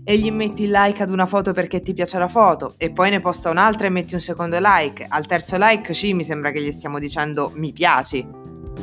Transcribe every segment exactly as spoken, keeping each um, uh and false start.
E gli metti il like ad una foto perché ti piace la foto, e poi ne posta un'altra e metti un secondo like. Al terzo like, sì, mi sembra che gli stiamo dicendo mi piaci.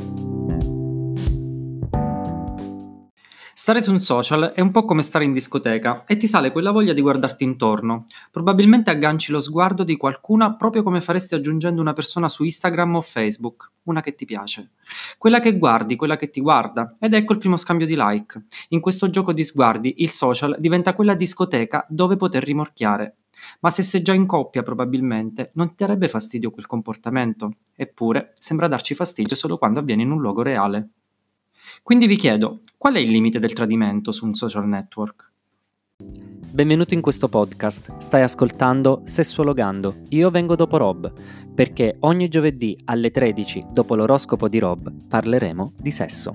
Stare su un social è un po' come stare in discoteca e ti sale quella voglia di guardarti intorno. Probabilmente agganci lo sguardo di qualcuna proprio come faresti aggiungendo una persona su Instagram o Facebook, una che ti piace. Quella che guardi, quella che ti guarda, ed ecco il primo scambio di like. In questo gioco di sguardi il social diventa quella discoteca dove poter rimorchiare. Ma se sei già in coppia probabilmente non ti darebbe fastidio quel comportamento. Eppure sembra darci fastidio solo quando avviene in un luogo reale. Quindi vi chiedo, qual è il limite del tradimento su un social network? Benvenuto in questo podcast, stai ascoltando Sessuologando, io vengo dopo Rob, perché ogni giovedì alle tredici, dopo l'oroscopo di Rob, parleremo di sesso.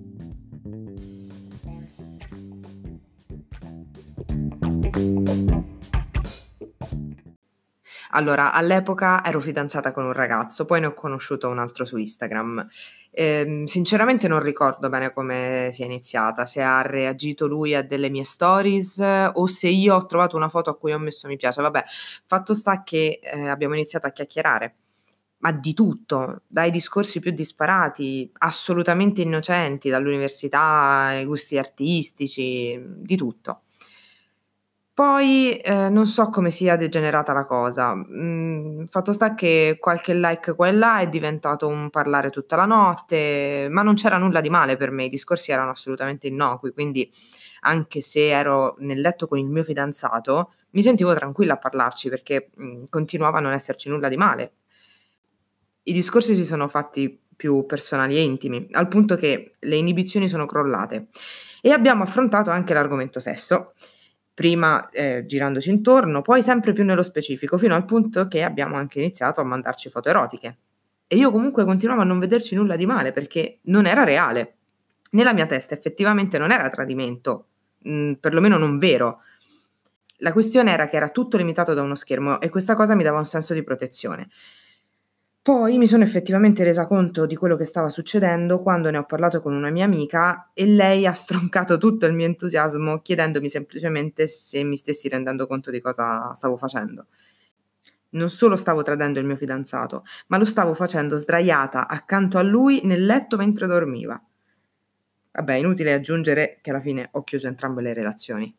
Allora, all'epoca ero fidanzata con un ragazzo, poi ne ho conosciuto un altro su Instagram. Ehm, sinceramente non ricordo bene come sia iniziata, se ha reagito lui a delle mie stories eh, o se io ho trovato una foto a cui ho messo mi piace. Vabbè, fatto sta che eh, abbiamo iniziato a chiacchierare, ma di tutto, dai discorsi più disparati, assolutamente innocenti, dall'università ai gusti artistici, di tutto. Poi, ehm, non so come sia degenerata la cosa. Mhmm, fatto sta che qualche like qua e là è diventato un parlare tutta la notte, ma non c'era nulla di male per me, i discorsi erano assolutamente innocui, quindi anche se ero nel letto con il mio fidanzato, mi sentivo tranquilla a parlarci perché, mhmm, continuava a non esserci nulla di male. I discorsi si sono fatti più personali e intimi, al punto che le inibizioni sono crollate e abbiamo affrontato anche l'argomento sesso. Prima, ehm, girandoci intorno, poi sempre più nello specifico, fino al punto che abbiamo anche iniziato a mandarci foto erotiche. E io comunque continuavo a non vederci nulla di male, perché non era reale. Nella mia testa effettivamente non era tradimento, mhmm, perlomeno non vero. La questione era che era tutto limitato da uno schermo e questa cosa mi dava un senso di protezione. Poi mi sono effettivamente resa conto di quello che stava succedendo quando ne ho parlato con una mia amica e lei ha stroncato tutto il mio entusiasmo chiedendomi semplicemente se mi stessi rendendo conto di cosa stavo facendo. Non solo stavo tradendo il mio fidanzato, ma lo stavo facendo sdraiata accanto a lui nel letto mentre dormiva. Vabbè, inutile aggiungere che alla fine ho chiuso entrambe le relazioni.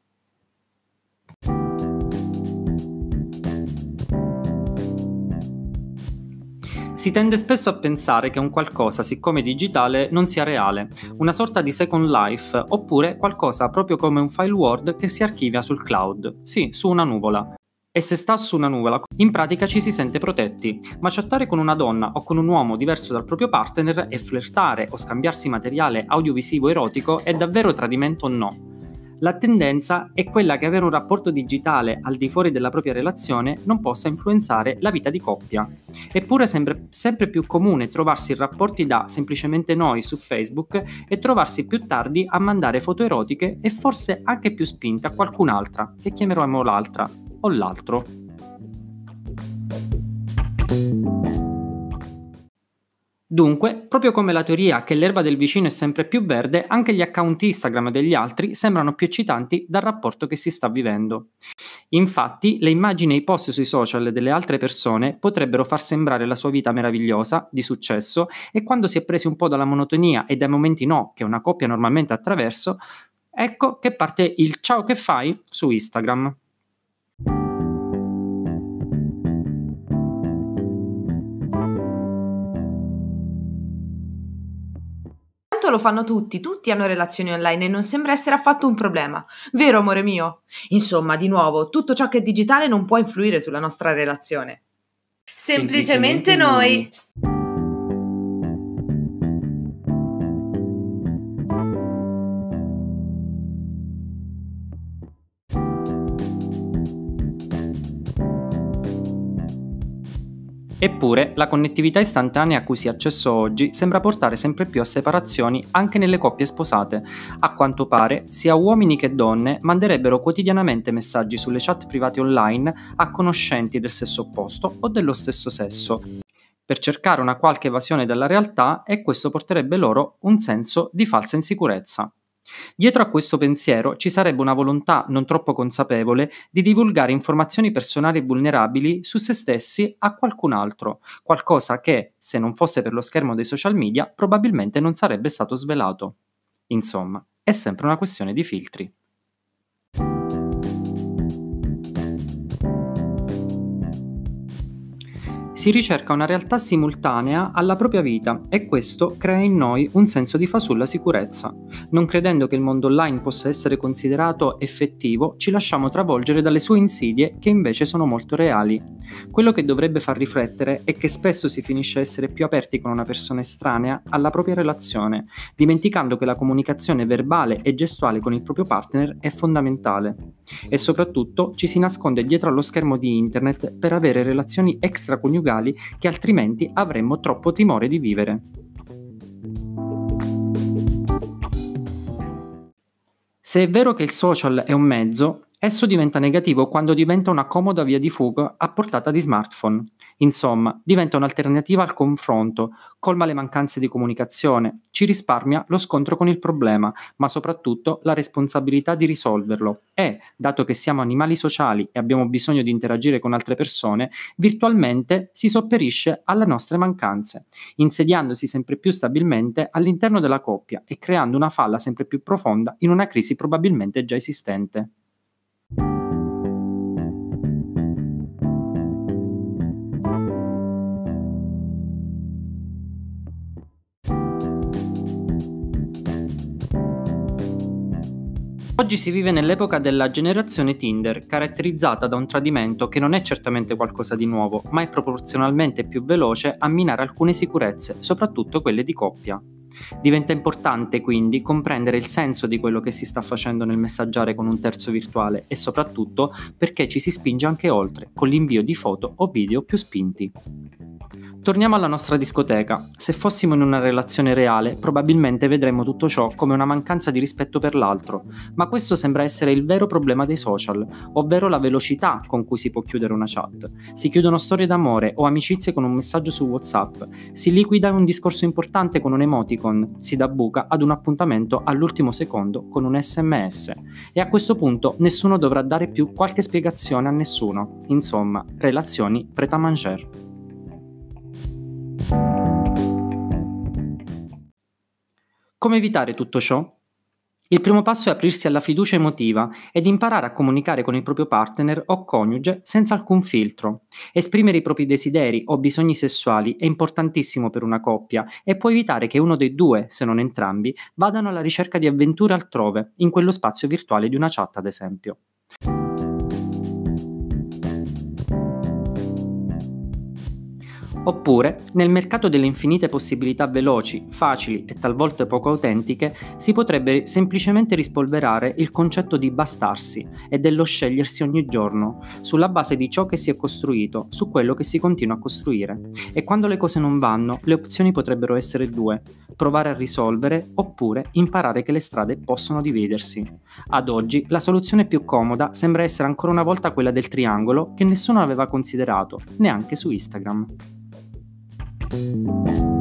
Si tende spesso a pensare che un qualcosa, siccome digitale, non sia reale, una sorta di Second Life, oppure qualcosa proprio come un file Word che si archivia sul cloud, sì, su una nuvola. E se sta su una nuvola, in pratica ci si sente protetti, ma chattare con una donna o con un uomo diverso dal proprio partner e flirtare o scambiarsi materiale audiovisivo erotico è davvero tradimento o no? La tendenza è quella che avere un rapporto digitale al di fuori della propria relazione non possa influenzare la vita di coppia. Eppure sembra sempre più comune trovarsi in rapporti da semplicemente noi su Facebook e trovarsi più tardi a mandare foto erotiche e forse anche più spinte a qualcun'altra, che chiameremo l'altra o l'altro. Dunque, proprio come la teoria che l'erba del vicino è sempre più verde, anche gli account Instagram degli altri sembrano più eccitanti dal rapporto che si sta vivendo. Infatti, le immagini e i post sui social delle altre persone potrebbero far sembrare la sua vita meravigliosa, di successo, e quando si è presi un po' dalla monotonia e dai momenti no che una coppia normalmente attraversa, ecco che parte il ciao che fai su Instagram. Tanto lo fanno tutti, tutti hanno relazioni online e non sembra essere affatto un problema. Vero, amore mio? Insomma, di nuovo, tutto ciò che è digitale non può influire sulla nostra relazione. Semplicemente, Semplicemente noi. Eppure, la connettività istantanea a cui si ha accesso oggi sembra portare sempre più a separazioni anche nelle coppie sposate. A quanto pare, sia uomini che donne manderebbero quotidianamente messaggi sulle chat private online a conoscenti del sesso opposto o dello stesso sesso, per cercare una qualche evasione dalla realtà, e questo porterebbe loro un senso di falsa insicurezza. Dietro a questo pensiero ci sarebbe una volontà non troppo consapevole di divulgare informazioni personali e vulnerabili su se stessi a qualcun altro, qualcosa che, se non fosse per lo schermo dei social media, probabilmente non sarebbe stato svelato. Insomma, è sempre una questione di filtri. Si ricerca una realtà simultanea alla propria vita e questo crea in noi un senso di fasulla sicurezza. Non credendo che il mondo online possa essere considerato effettivo, ci lasciamo travolgere dalle sue insidie che invece sono molto reali. Quello che dovrebbe far riflettere è che spesso si finisce a essere più aperti con una persona estranea alla propria relazione, dimenticando che la comunicazione verbale e gestuale con il proprio partner è fondamentale. E soprattutto ci si nasconde dietro allo schermo di internet per avere relazioni extraconiugali che altrimenti avremmo troppo timore di vivere. Se è vero che il social è un mezzo, esso diventa negativo quando diventa una comoda via di fuga a portata di smartphone. Insomma, diventa un'alternativa al confronto, colma le mancanze di comunicazione, ci risparmia lo scontro con il problema, ma soprattutto la responsabilità di risolverlo e, dato che siamo animali sociali e abbiamo bisogno di interagire con altre persone, virtualmente si sopperisce alle nostre mancanze, insediandosi sempre più stabilmente all'interno della coppia e creando una falla sempre più profonda in una crisi probabilmente già esistente. Oggi si vive nell'epoca della generazione Tinder, caratterizzata da un tradimento che non è certamente qualcosa di nuovo, ma è proporzionalmente più veloce a minare alcune sicurezze, soprattutto quelle di coppia. Diventa importante quindi comprendere il senso di quello che si sta facendo nel messaggiare con un terzo virtuale e soprattutto perché ci si spinge anche oltre, con l'invio di foto o video più spinti. Torniamo alla nostra discoteca. Se fossimo in una relazione reale, probabilmente vedremmo tutto ciò come una mancanza di rispetto per l'altro, ma questo sembra essere il vero problema dei social, ovvero la velocità con cui si può chiudere una chat. Si chiudono storie d'amore o amicizie con un messaggio su WhatsApp, si liquida un discorso importante con un emoticon, si dà buca ad un appuntamento all'ultimo secondo con un S M S. E a questo punto nessuno dovrà dare più qualche spiegazione a nessuno. Insomma, relazioni prêt-à-manger. Come evitare tutto ciò? Il primo passo è aprirsi alla fiducia emotiva ed imparare a comunicare con il proprio partner o coniuge senza alcun filtro. Esprimere i propri desideri o bisogni sessuali è importantissimo per una coppia e può evitare che uno dei due, se non entrambi, vadano alla ricerca di avventure altrove, in quello spazio virtuale di una chat ad esempio. Oppure, nel mercato delle infinite possibilità veloci, facili e talvolta poco autentiche, si potrebbe semplicemente rispolverare il concetto di bastarsi e dello scegliersi ogni giorno, sulla base di ciò che si è costruito, su quello che si continua a costruire. E quando le cose non vanno, le opzioni potrebbero essere due: provare a risolvere oppure imparare che le strade possono dividersi. Ad oggi, la soluzione più comoda sembra essere ancora una volta quella del triangolo che nessuno aveva considerato, neanche su Instagram.